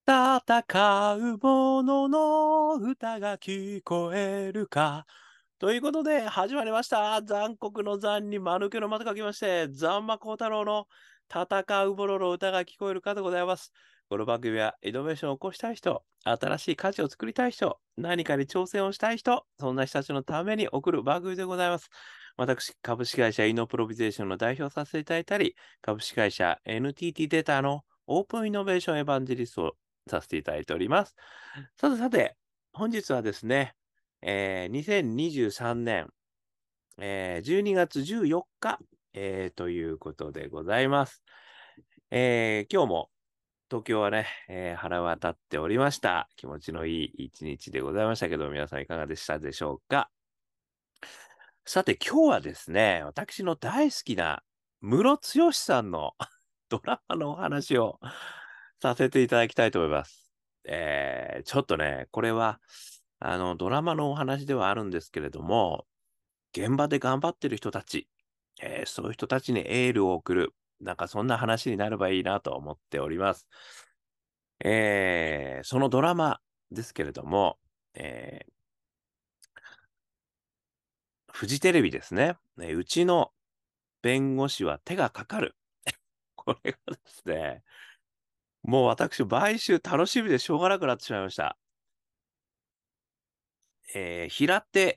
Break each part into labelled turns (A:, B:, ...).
A: 戦う者の歌が聞こえるか。ということで、始まりました。残酷の残に間抜けの間と書きまして、ザンマコウタロウの戦う者の歌が聞こえるかでございます。この番組は、イノベーションを起こしたい人、新しい価値を作りたい人、何かに挑戦をしたい人、そんな人たちのために送る番組でございます。私、株式会社イノプロビゼーションの代表をさせていただいたり、株式会社 NTT データのオープンイノベーションエヴァンジェリストをさせていただいております。さてさて、本日はですね、2023年、12月14日、ということでございます。今日も東京はね、腹は立っておりました。気持ちのいい一日でございましたけど、皆さんいかがでしたでしょうか。さて、今日はですね、私の大好きなムロツヨシさんのドラマのお話をさせていただきたいと思います。ちょっとね、これは、ドラマのお話ではあるんですけれども、現場で頑張ってる人たち、そういう人たちにエールを送る、なんかそんな話になればいいなと思っております。そのドラマですけれども、えフジテレビですね。うちの弁護士は手がかかる。これがですね、もう私、毎週楽しみでしょうがなくなってしまいました。平手、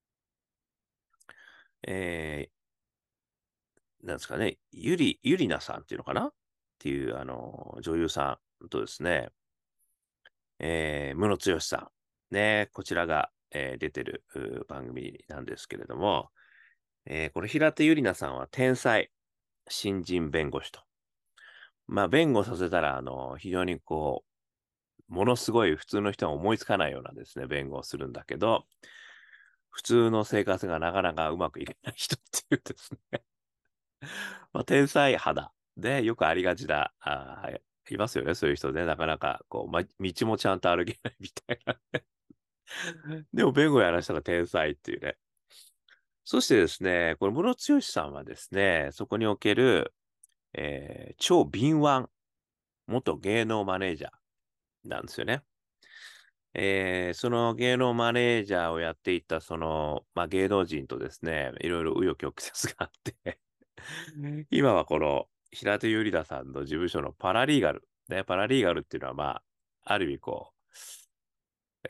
A: えなんですかね、ゆりなさんっていうのかなっていう、女優さんとですね、ムロツヨシさん。ね、こちらが、出てる番組なんですけれども、これ平手ゆりなさんは天才新人弁護士と。まあ、弁護させたら、非常にこう、ものすごい普通の人は思いつかないようなですね、弁護をするんだけど、普通の生活がなかなかうまくいかない人っていうですね、まあ、天才肌でよくありがちだ。いますよね、そういう人ね。なかなか、こう、道もちゃんと歩けないみたいな。でも、弁護やらしたら天才っていうね。そしてですね、これ、室強さんはですね、そこにおける、超敏腕、元芸能マネージャーなんですよね。その芸能マネージャーをやっていた、まあ、芸能人とですね、いろいろ紆余曲折があって今はこの平手友梨奈さんの事務所のパラリーガル。ね、パラリーガルっていうのは、まあ、ある意味こう、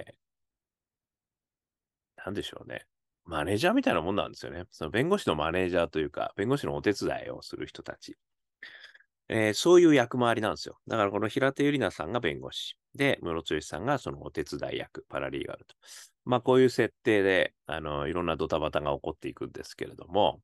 A: なんでしょうね。マネージャーみたいなもんなんですよね。その弁護士のマネージャーというか、弁護士のお手伝いをする人たち。そういう役回りなんですよ。だからこの平手友梨奈さんが弁護士。で、室津さんがそのお手伝い役、パラリーガルと。まあこういう設定で、いろんなドタバタが起こっていくんですけれども、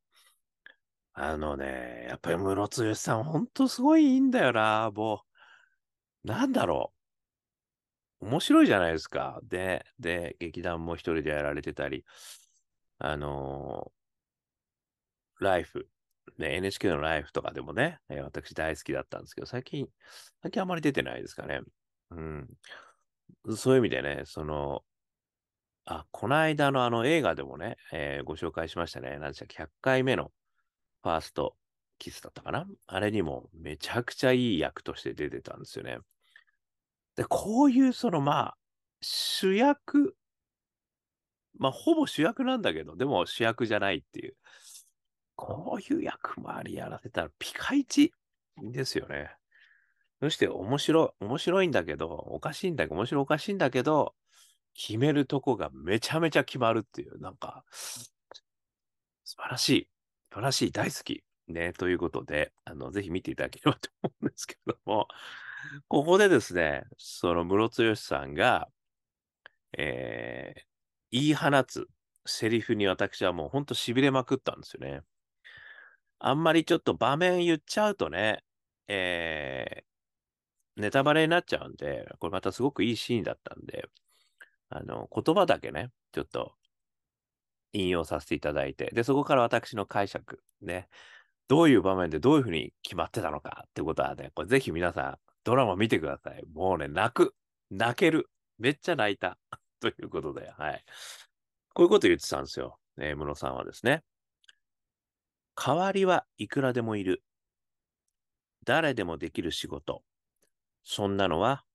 A: やっぱり室津さん、ほんとすごいいいんだよな、もう。なんだろう。面白いじゃないですか。劇団も一人でやられてたり、あのライフ。ね、NHK のライフとかでもね、私大好きだったんですけど、最近あまり出てないですかね。うん。そういう意味でね、この間の映画でもね、ご紹介しましたね。何でしたっけ、100回目のファーストキスだったかな。あれにもめちゃくちゃいい役として出てたんですよね。で、こういうまあ、主役、まあ、ほぼ主役なんだけど、でも主役じゃないっていう、こういう役回りやらせたらピカイチですよね。そして面白いんだけど、おかしいんだけど、面白いおかしいんだけど、決めるとこがめちゃめちゃ決まるっていう、なんか、素晴らしい。素晴らしい。大好き。ね。ということで、ぜひ見ていただければと思うんですけれども、ここでですね、そのムロツヨシさんが、えー言い放つセリフに私はもうほんと痺れまくったんですよね。あんまりちょっと場面言っちゃうとね、えネタバレになっちゃうんで、これまたすごくいいシーンだったんで、言葉だけね、ちょっと引用させていただいて、で、そこから私の解釈、ね、どういう場面でどういうふうに決まってたのかってことはね、これぜひ皆さん、ドラマ見てください。もうね、泣ける。めっちゃ泣いた。ということで、はい。こういうこと言ってたんですよ。室さんはですね。代わりはいくらでもいる。誰でもできる仕事。そんなのは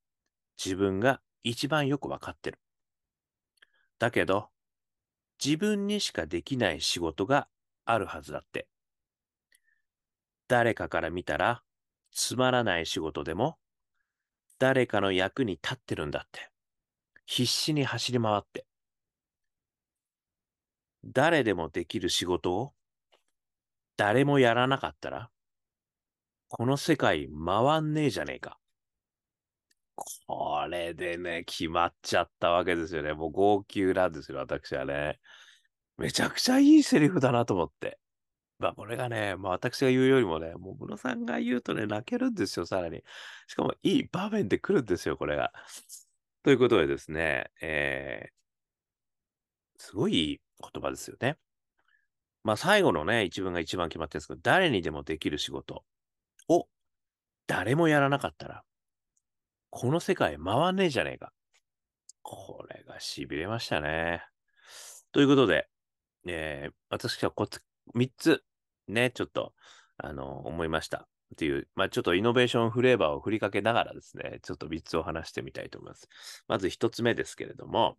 A: 自分が一番よくわかってる。だけど、自分にしかできない仕事があるはずだって。誰かから見たら、つまらない仕事でも、誰かの役に立ってるんだって。必死に走り回って。誰でもできる仕事を誰もやらなかったら、この世界回んねえじゃねえか。これでね、決まっちゃったわけですよね。もう号泣なんですよ、私はね。めちゃくちゃいいセリフだなと思って。まあこれがね、まあ私が言うよりもね、もうムロさんが言うとね、泣けるんですよ、さらに。しかもいい場面で来るんですよ、これが。ということでですね、すごいいい言葉ですよね。まあ最後のね、一文が一番決まってるんですけど、誰にでもできる仕事を誰もやらなかったら、この世界回んねえじゃねえか。これが痺れましたね。ということで、私は3つ、ね、ちょっと、思いました。っていう、まあ、ちょっとイノベーションフレーバーを振りかけながらですね、ちょっと3つを話してみたいと思います。まず1つ目ですけれども、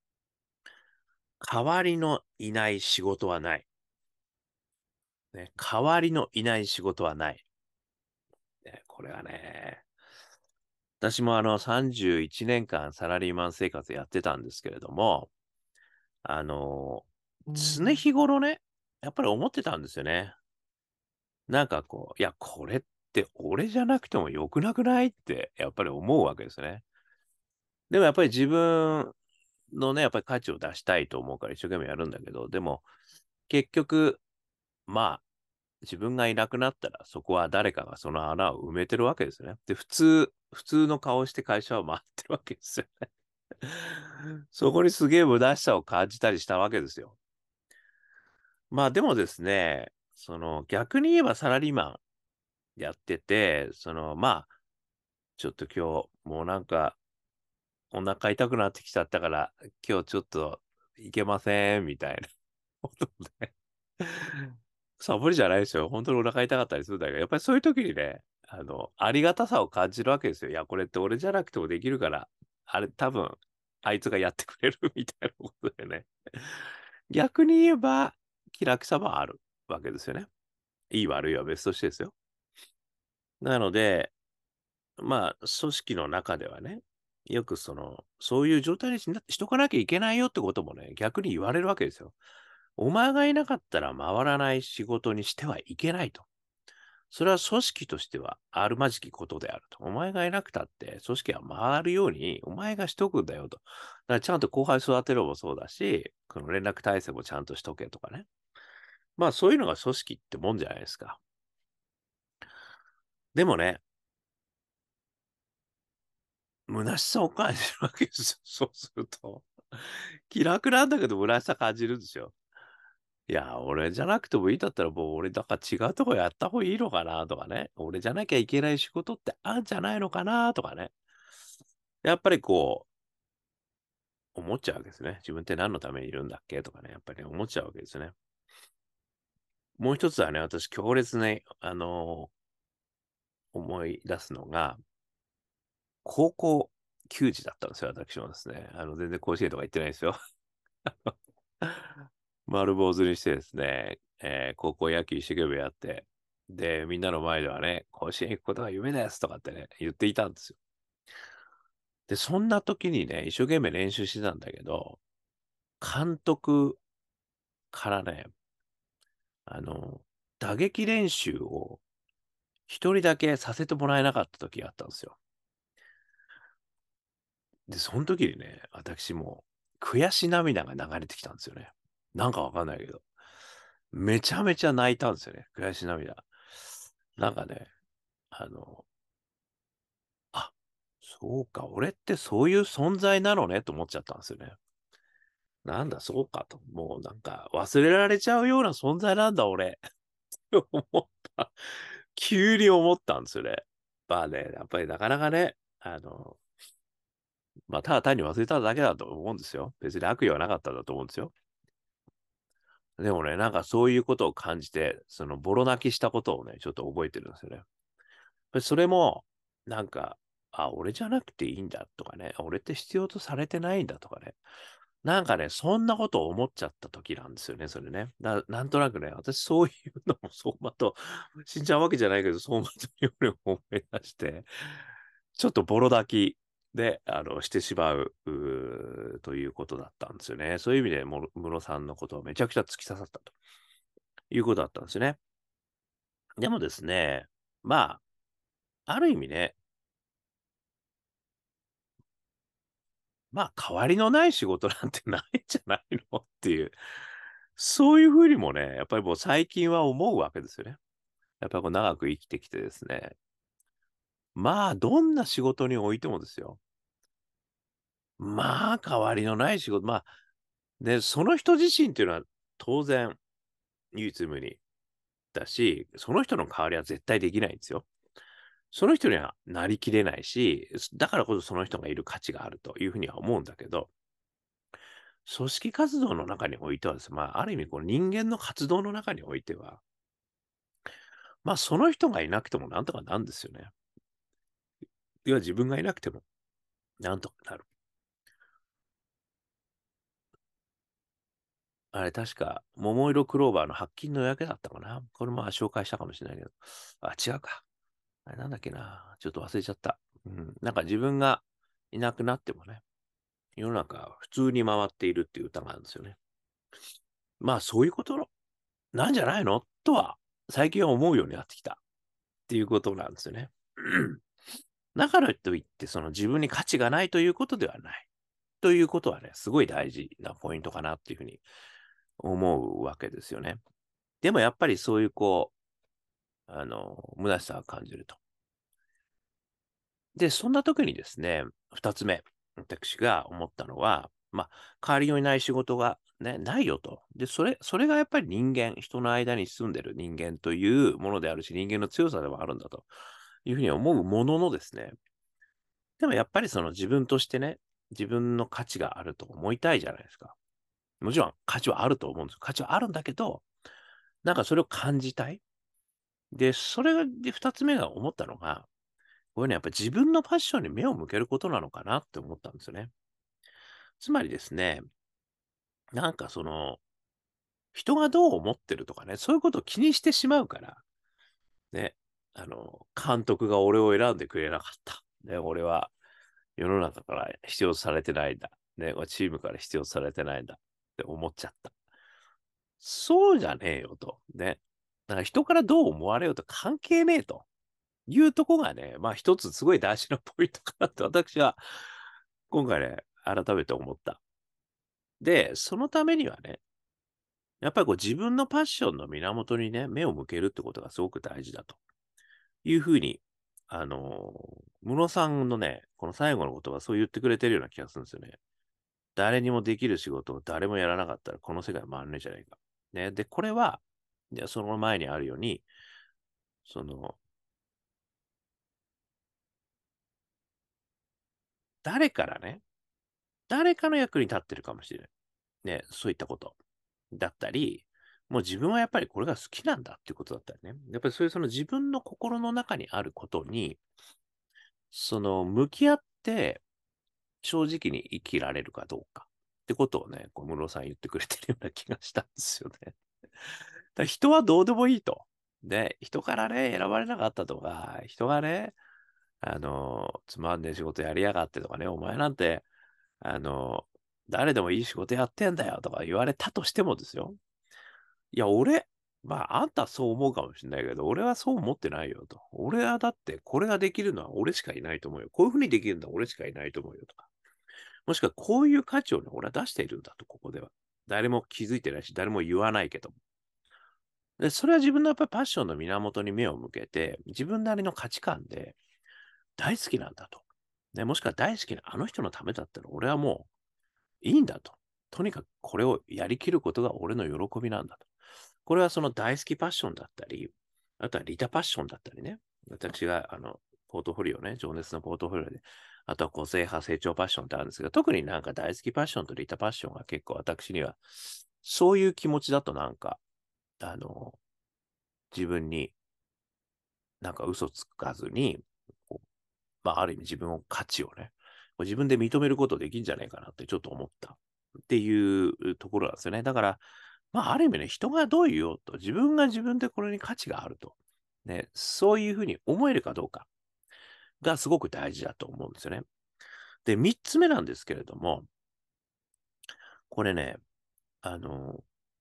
A: 代わりのいない仕事はない。ね、代わりのいない仕事はない。ね、これはね、私も31年間サラリーマン生活やってたんですけれども、あの、常日頃ね、やっぱり思ってたんですよね。なんかこう、いや、これって俺じゃなくてもよくなくないってやっぱり思うわけですね。でもやっぱり自分のね、やっぱり価値を出したいと思うから一生懸命やるんだけど、でも結局、まあ、自分がいなくなったらそこは誰かがその穴を埋めてるわけですね。で、普通の顔して会社を回ってるわけですよね。そこにすげえ虚しさを感じたりしたわけですよ。まあでもですね、その逆に言えばサラリーマンやってて、まあ、ちょっと今日もうなんかお腹痛くなってきちゃったから、今日ちょっといけません、みたいなことで。サボりじゃないですよ。本当にお腹痛かったりするんだけど、やっぱりそういう時にね、ありがたさを感じるわけですよ。いや、これって俺じゃなくてもできるから、あれ多分、あいつがやってくれるみたいなことでね。逆に言えば、気楽さもあるわけですよね。いい悪いは別としてですよ。なので、まあ、組織の中ではね、よくそういう状態にしとかなきゃいけないよってこともね、逆に言われるわけですよ。お前がいなかったら回らない仕事にしてはいけないと。それは組織としてはあるまじきことであると。お前がいなくたって組織は回るようにお前がしとくんだよと。だからちゃんと後輩育てろもそうだし、この連絡体制もちゃんとしとけとかね。まあそういうのが組織ってもんじゃないですか。でもね、虚しさを感じるわけですよ。そうすると。気楽なんだけど虚しさ感じるんですよ。いや、俺じゃなくてもいいんだったらもう俺だから違うとこやった方がいいのかなとかね。俺じゃなきゃいけない仕事ってあんじゃないのかなとかね。やっぱりこう、思っちゃうわけですね。自分って何のためにいるんだっけとかね。やっぱり思っちゃうわけですね。もう一つはね、私強烈に、思い出すのが、高校球児だったんですよ、私もですね。全然甲子園とか行ってないですよ。丸坊主にしてですね、高校野球一生懸命やって、で、みんなの前ではね、甲子園行くことが夢ですとかってね、言っていたんですよ。で、そんな時にね、一生懸命練習してたんだけど、監督からね、あの、打撃練習を一人だけさせてもらえなかった時があったんですよ。で、その時にね、私も悔し涙が流れてきたんですよね。なんかわかんないけど。めちゃめちゃ泣いたんですよね。悔し涙。なんかね、あの、あ、そうか、俺ってそういう存在なのねと思っちゃったんですよね。なんだ、そうかと。もうなんか忘れられちゃうような存在なんだ、俺。思った。急に思ったんですよね。まあね、やっぱりなかなかね、まあ、ただ単に忘れただけだと思うんですよ。別に悪意はなかったんだと思うんですよ。でもね、なんかそういうことを感じて、そのボロ泣きしたことをね、ちょっと覚えてるんですよね。それも、なんか、 あ、俺じゃなくていいんだとかね、俺って必要とされてないんだとかね。なんかね、そんなことを思っちゃった時なんですよね、それね。なんとなくね、私そういうのも相馬と、死んじゃうわけじゃないけど、相馬というのを思い出して、ちょっとボロ泣きで、してしまう、ということだったんですよね。そういう意味で、室さんのことをめちゃくちゃ突き刺さったということだったんですよね。でもですね、まあ、ある意味ね、まあ、代わりのない仕事なんてないんじゃないのっていう、そういうふうにもね、やっぱりもう最近は思うわけですよね。やっぱりこう長く生きてきてですね、まあ、どんな仕事においてもですよ。まあ、代わりのない仕事。まあ、で、その人自身っていうのは当然、唯一無二だし、その人の代わりは絶対できないんですよ。その人にはなりきれないし、だからこそその人がいる価値があるというふうには思うんだけど、組織活動の中においてはですね、まあ、ある意味この人間の活動の中においては、まあ、その人がいなくてもなんとかなんですよね。いや、自分がいなくてもなんとかなる。あれ、確か、桃色クローバーの発禁の夜明けだったかな。これも紹介したかもしれないけど。あ、違うか。あれなんだっけな。ちょっと忘れちゃった。うん。なんか自分がいなくなってもね、世の中は普通に回っているっていう歌があるんですよね。まあ、そういうことなんじゃないのとは、最近は思うようになってきたっていうことなんですよね。だからといって、その自分に価値がないということではない。ということはね、すごい大事なポイントかなっていうふうに思うわけですよね。でもやっぱりそういう虚しさを感じると。で、そんな時にですね、二つ目、私が思ったのは、まあ、代わりのいない仕事がね、ないよと。で、それがやっぱり人間、人の間に住んでる人間というものであるし、人間の強さでもあるんだというふうに思うもののですね、でもやっぱりその自分としてね、自分の価値があると思いたいじゃないですか。もちろん価値はあると思うんですよ。価値はあるんだけど、なんかそれを感じたい。で、それで二つ目が思ったのが、こういうのはやっぱ自分のパッションに目を向けることなのかなって思ったんですよね。つまりですね、なんか人がどう思ってるとかね、そういうことを気にしてしまうから、ね、監督が俺を選んでくれなかった。ね、俺は世の中から必要とされてないんだ。ね、チームから必要とされてないんだって思っちゃった。そうじゃねえよと。ね。だから人からどう思われようと関係ねえというとこがね、まあ一つすごい大事なポイントかなって私は今回ね、改めて思った。で、そのためにはね、やっぱりこう自分のパッションの源にね、目を向けるってことがすごく大事だというふうに、室さんのね、この最後の言葉、そう言ってくれてるような気がするんですよね。誰にもできる仕事を誰もやらなかったら、この世界は回んないじゃないか。ね。で、これは、その前にあるように、その、誰からね、誰かの役に立ってるかもしれない。ね、そういったことだったり、もう自分はやっぱりこれが好きなんだっていうことだったりね。やっぱりそういうその自分の心の中にあることに、向き合って正直に生きられるかどうかってことをね、小室さん言ってくれてるような気がしたんですよね。だから人はどうでもいいと。で、人からね、選ばれなかったとか、人がね、つまんねえ仕事やりやがってとかね、お前なんて、あの、誰でもいい仕事やってんだよとか言われたとしてもですよ。いや、まあ、あんたはそう思うかもしれないけど、俺はそう思ってないよと。俺はだって、これができるのは俺しかいないと思うよ。こういうふうにできるのは俺しかいないと思うよとか。もしくは、こういう価値をね、俺は出しているんだと、ここでは。誰も気づいてないし、誰も言わないけども。で、それは自分のやっぱりパッションの源に目を向けて、自分なりの価値観で大好きなんだと。ね、もしくは大好きなあの人のためだったら、俺はもういいんだと。とにかくこれをやりきることが俺の喜びなんだと。これはその大好きパッションだったり、あとはリタパッションだったりね。私が、ポートフォリオね、情熱のポートフォリオで、あとは個性派成長パッションってあるんですが、特になんか大好きパッションとリタパッションが結構私には、そういう気持ちだとなんか、あの、自分になんか嘘つかずに、こうまあ、ある意味自分を価値をね、自分で認めることできるんじゃないかなってちょっと思ったっていうところなんですよね。だから、まあ、ある意味ね、人がどう言おうと、自分が自分でこれに価値があると、ね、そういうふうに思えるかどうかがすごく大事だと思うんですよね。で、三つ目なんですけれども、これね、あの、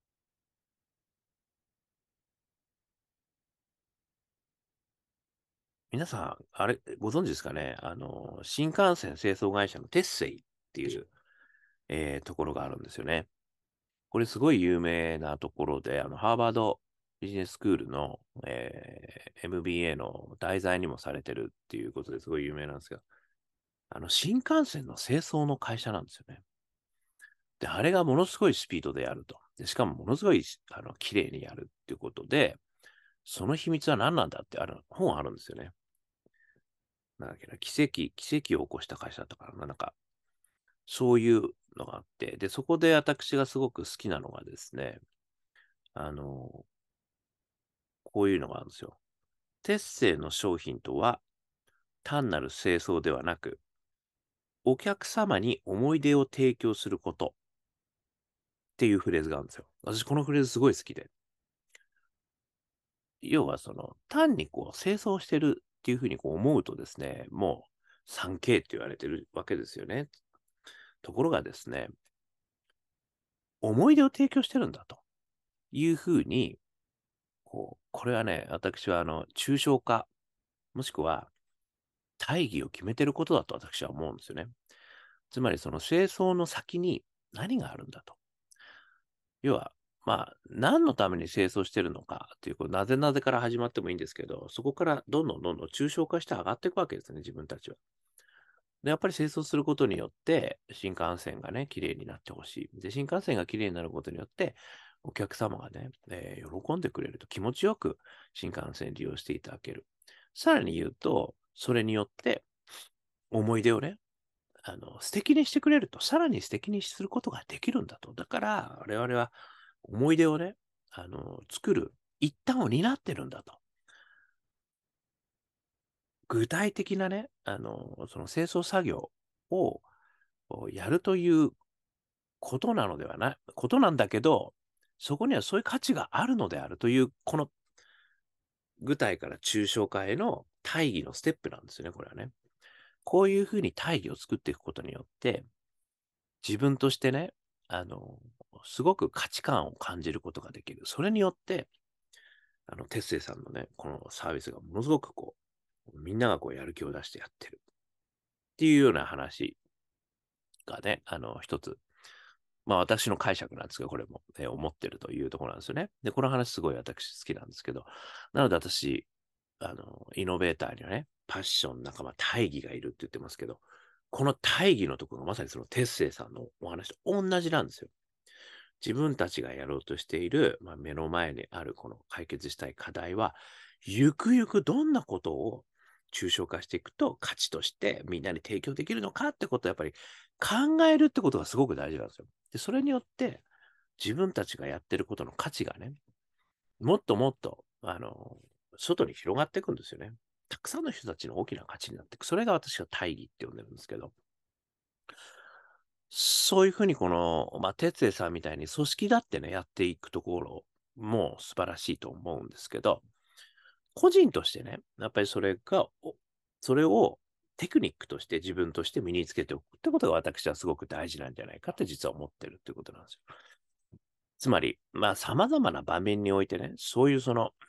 A: 皆さん、あれ、ご存知ですかね、新幹線清掃会社のテッセイっていう、ところがあるんですよね。これすごい有名なところで、ハーバードビジネススクールの、MBA の題材にもされてるっていうことですごい有名なんですが、新幹線の清掃の会社なんですよね。で、あれがものすごいスピードでやると。で、しかもものすごい、綺麗にやるっていうことで、その秘密は何なんだって本あるんですよね。なんだっけな、奇跡を起こした会社だったからな、なんか、そういうのがあって、で、そこで私がすごく好きなのがですね、あの、こういうのがあるんですよ。テッセイの商品とは、単なる清掃ではなく、お客様に思い出を提供することっていうフレーズがあるんですよ。私、このフレーズすごい好きで。要は、単にこう、清掃してるっていうふうにこう思うとですね、もう 3K って言われてるわけですよね。ところがですね、思い出を提供してるんだというふうに、これはね、私は抽象化、もしくは大義を決めてることだと私は思うんですよね。つまりその清掃の先に何があるんだと。要は、まあ、何のために清掃してるのかっていう、なぜなぜから始まってもいいんですけど、そこからどんどん抽象化して上がっていくわけですね、自分たちは。で、やっぱり清掃することによって、新幹線がね、綺麗になってほしい。で、新幹線が綺麗になることによって、お客様がね、喜んでくれると気持ちよく新幹線利用していただける。さらに言うと、それによって思い出をね、素敵にしてくれると、さらに素敵にすることができるんだと。だから、我々は思い出をね、作る一端を担ってるんだと。具体的なね、その清掃作業をやるということなのではない、ことなんだけど、そこにはそういう価値があるのであるという、この具体から抽象化への大義のステップなんですよね、これはね。こういうふうに大義を作っていくことによって、自分としてね、すごく価値観を感じることができる。それによって、テッセイさんのね、このサービスがものすごくみんながやる気を出してやってるっていうような話がね、一つ、まあ私の解釈なんですが、これも、思ってるというところなんですよね。で、この話すごい私好きなんですけど、なので私、イノベーターにはね、パッション、仲間、大義がいるって言ってますけど、この大義のところがまさにそのテッセイさんのお話と同じなんですよ。自分たちがやろうとしている、まあ、目の前にあるこの解決したい課題は、ゆくゆくどんなことを抽象化していくと価値としてみんなに提供できるのかってことをやっぱり考えるってことがすごく大事なんですよ。で、それによって自分たちがやってることの価値がね、もっともっと、外に広がっていくんですよね。たくさんの人たちの大きな価値になっていく。それが私は大義って呼んでるんですけど、そういうふうにまあ、哲也さんみたいに組織だってね、やっていくところも素晴らしいと思うんですけど、個人としてね、やっぱりそれをテクニックとして自分として身につけておくってことが私はすごく大事なんじゃないかって実は思ってるっていうことなんですよ。つまり、まあ様々な場面においてね、そういう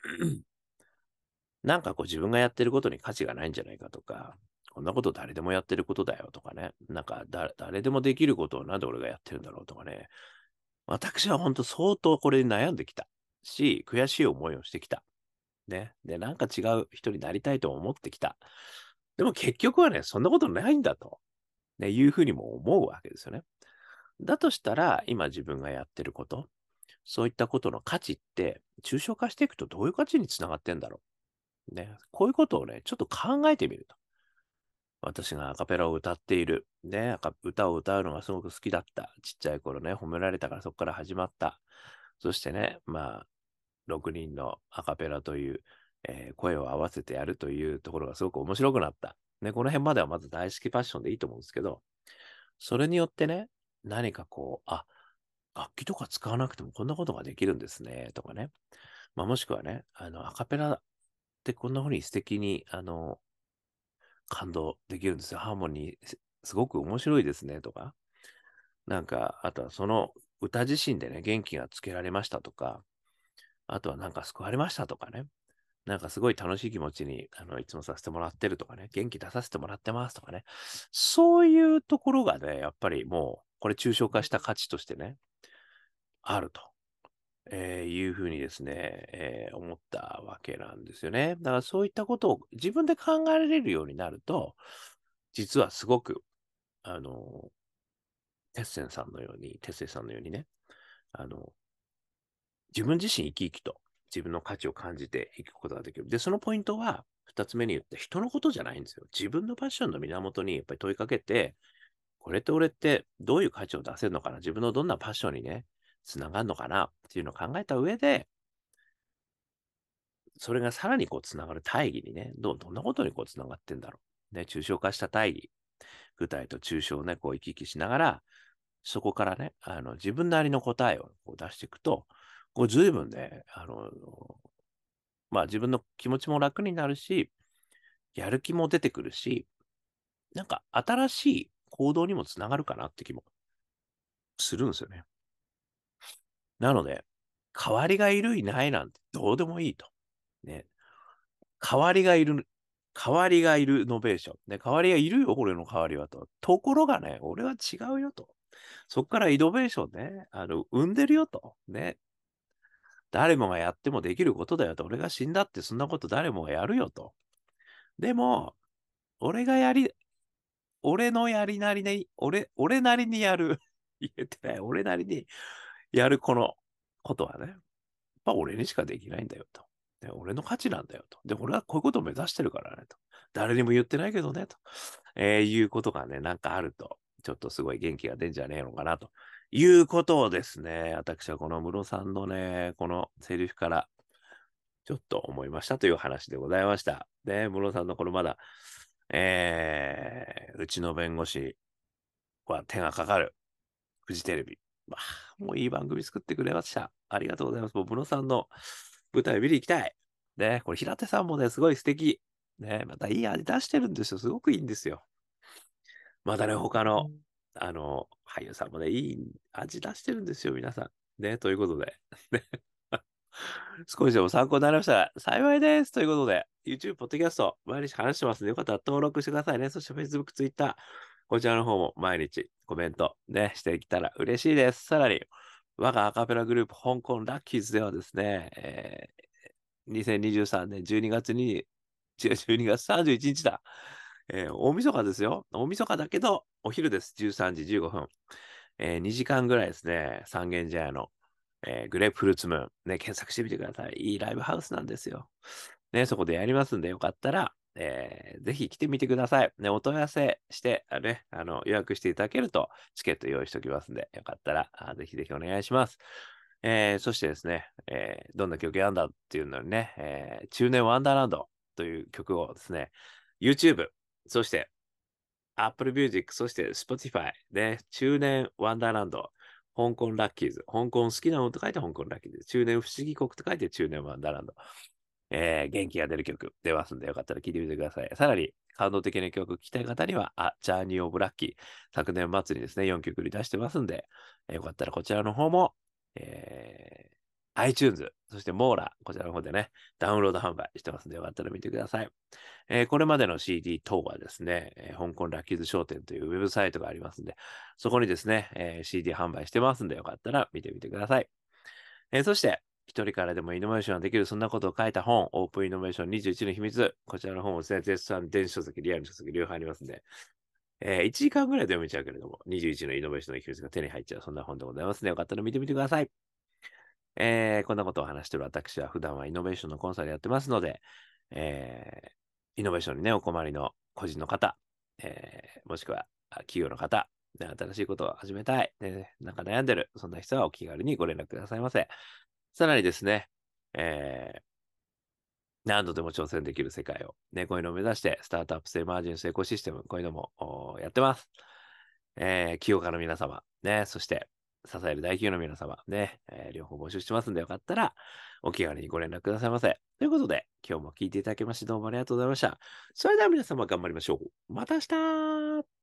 A: なんか自分がやってることに価値がないんじゃないかとか、こんなこと誰でもやってることだよとかね、なんか誰でもできることをなんで俺がやってるんだろうとかね、私は本当相当これに悩んできたし、悔しい思いをしてきた。ね。で、なんか違う人になりたいと思ってきた。でも結局はね、そんなことないんだと、ね、いうふうにも思うわけですよね。だとしたら、今自分がやってること、そういったことの価値って、抽象化していくとどういう価値につながってんだろう。ね。こういうことをね、ちょっと考えてみると。私がアカペラを歌っている。ね。歌を歌うのがすごく好きだった。ちっちゃい頃ね、褒められたからそこから始まった。そしてね、まあ、6人のアカペラという、声を合わせてやるというところがすごく面白くなった。 ね、この辺まではまず大好きファッションでいいと思うんですけど、それによってね、何かこう、あ、楽器とか使わなくてもこんなことができるんですね、とかね。まあ、もしくはね、アカペラってこんな風に素敵に、感動できるんですよ。ハーモニー、すごく面白いですね、とか。なんか、あとはその歌自身でね、元気がつけられましたとか、あとはなんか救われましたとかね。なんかすごい楽しい気持ちに、いつもさせてもらってるとかね、元気出させてもらってますとかね。そういうところがね、やっぱりもう、これ抽象化した価値としてね、あると。いうふうにですね、思ったわけなんですよね。だからそういったことを自分で考えられるようになると、実はすごく、あの、テッセイさんのようにね、あの、自分自身生き生きと自分の価値を感じていくことができる。で、そのポイントは、二つ目に言った人のことじゃないんですよ。自分のパッションの源にやっぱり問いかけて、これって俺ってどういう価値を出せるのかな、自分のどんなパッションにね、つながるのかなっていうのを考えた上で、それがさらにこうつながる大義にね、どんなことにこうつながってんだろう。ね、抽象化した大義、具体と抽象をね、こう行き来しながら、そこからね、自分なりの答えをこう出していくと、こう随分ね、まあ自分の気持ちも楽になるし、やる気も出てくるし、なんか新しい行動にもつながるかなって気もするんですよね。なので、代わりがいるいないなんてどうでもいいと。ね。代わりがいる、代わりがいるノベーション。ね、代わりがいるよ、俺の代わりはと。ところがね、俺は違うよと。そっからイノベーションね、生んでるよと。ね。誰もがやってもできることだよと。俺が死んだってそんなこと誰もがやるよと。でも、俺がやり、俺のやりなりに、俺なりにやる。言えてない。俺なりにやるこのことはね、まあ俺にしかできないんだよと。で俺の価値なんだよと。で、俺はこういうことを目指してるからねと。誰にも言ってないけどねと。いうことがね、なんかあると、ちょっとすごい元気が出んじゃねえのかなということをですね、私はこのムロさんのね、このセリフからちょっと思いましたという話でございました。で、ムロさんのこのまだ、うちの弁護士は手がかかるフジテレビ。まあ、もういい番組作ってくれました。ありがとうございます。もう、ムロさんの舞台見に行きたい。ね、これ、平手さんもね、すごい素敵。ね、またいい味出してるんですよ。すごくいいんですよ。またね、他の、俳優さんもね、いい味出してるんですよ、皆さん。ね、ということで。ね少しでも参考になりましたら幸いです。ということで、YouTube、ポッドキャスト、毎日話してますので、よかったら登録してくださいね。そして Facebook、Twitter、こちらの方も毎日コメントね、してきたら嬉しいです。さらに、我がアカペラグループ、香港ラッキーズではですね、2023年12月に、12月31日だ。大晦日ですよ。大晦日だけど、お昼です。13時15分。2時間ぐらいですね、三軒茶屋の、グレープフルーツムーン、ね、検索してみてください。いいライブハウスなんですよ。ね、そこでやりますんで、よかったら、ぜひ来てみてください。ね、お問い合わせして、予約していただけると、チケット用意しておきますんで、よかったら、ぜひぜひお願いします。そしてですね、どんな曲やんだっていうのにね、中年ワンダーランドという曲をですね、YouTube、そして Apple Music、そして Spotify で、中年ワンダーランド、香港ラッキーズ、香港好きなのと書いて香港ラッキーズ、中年不思議国と書いて中年ワンダーランド。元気が出る曲出ますんで、よかったら聴いてみてください。さらに、感動的な曲聴きたい方には、ジャーニー・オブ・ラッキー。昨年末にですね、4曲売り出してますんで、よかったらこちらの方も、iTunes、そしてモーラ、こちらの方でね、ダウンロード販売してますんで、よかったら見てください。これまでの CD 等はですね、香港ラッキーズ商店というウェブサイトがありますんで、そこにですね、CD 販売してますんで、よかったら見てみてください。そして、一人からでもイノベーションができる、そんなことを書いた本、オープンイノベーション21の秘密。こちらの本もですね、絶賛電子書籍、リアル書籍、両方ありますんで、1時間ぐらいで読めちゃうけれども、21のイノベーションの秘密が手に入っちゃう、そんな本でございますね。よかったら見てみてください。こんなことを話している私は普段はイノベーションのコンサルやってますので、イノベーションにね、お困りの個人の方、もしくは企業の方、ね、新しいことを始めたい、ね、なんか悩んでる、そんな人はお気軽にご連絡くださいませ。さらにですね、 何度でも挑戦できる世界を、ね、こういうのを目指して、スタートアップスエマージェンスエコシステム、こういうのもやってます。起業家の皆様、ね、そして、支える大企業の皆様、ね、両方募集してますんで、よかったら、お気軽にご連絡くださいませ。ということで、今日も聞いていただきまして、どうもありがとうございました。それでは皆様頑張りましょう。また明日